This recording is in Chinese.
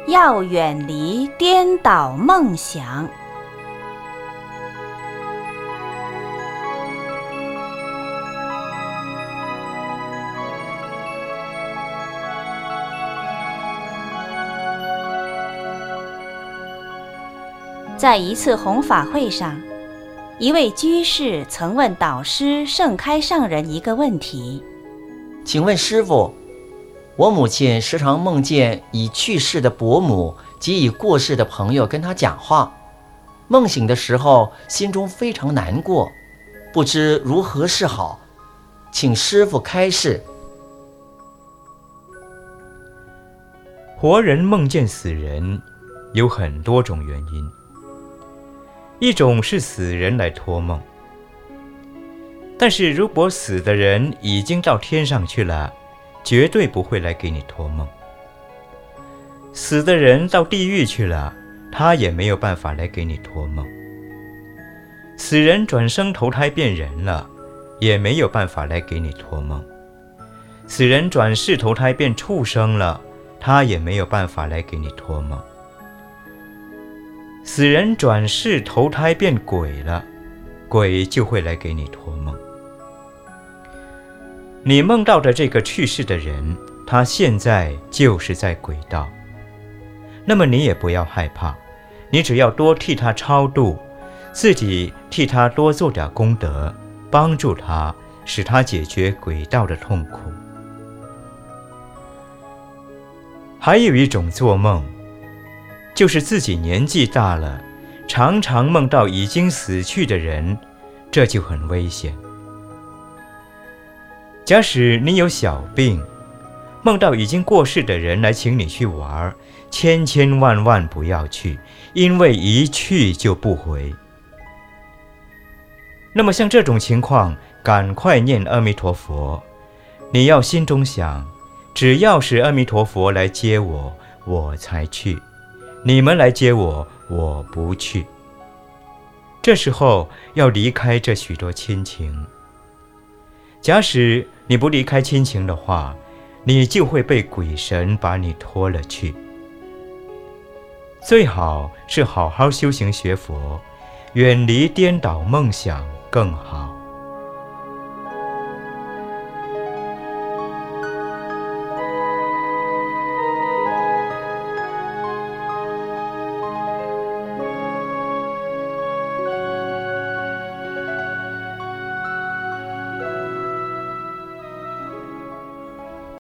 要远离颠倒梦想。在一次弘法会上，一位居士曾问导师盛开上人一个问题： 请问师父，我母亲时常梦见已去世的伯母及已过世的朋友跟她讲话，梦醒的时候心中非常难过，不知如何是好，请师父开示。 活人梦见死人有很多种原因，一种是死人来托梦，但是如果死的人已经到天上去了，绝对不会来给你托梦。死的人到地狱去了，他也没有办法来给你托梦。死人转生投胎变人了，也没有办法来给你托梦。死人转世投胎变畜生了，他也没有办法来给你托梦。死人转世投胎变鬼了，鬼就会来给你托梦。你梦到的这个去世的人，他现在就是在鬼道，那么你也不要害怕，你只要多替他超度，自己替他多做点功德，帮助他，使他解决鬼道的痛苦。还有一种做梦，就是自己年纪大了，常常梦到已经死去的人，这就很危险。假使你有小病，梦到已经过世的人来请你去玩，千千万万不要去，因为一去就不回。那么像这种情况，赶快念阿弥陀佛，你要心中想，只要是阿弥陀佛来接我，我才去，你们来接我，我不去。这时候要离开这许多亲情。假使你不离开亲情的话，你就会被鬼神把你拖了去。最好是好好修行学佛，远离颠倒梦想更好。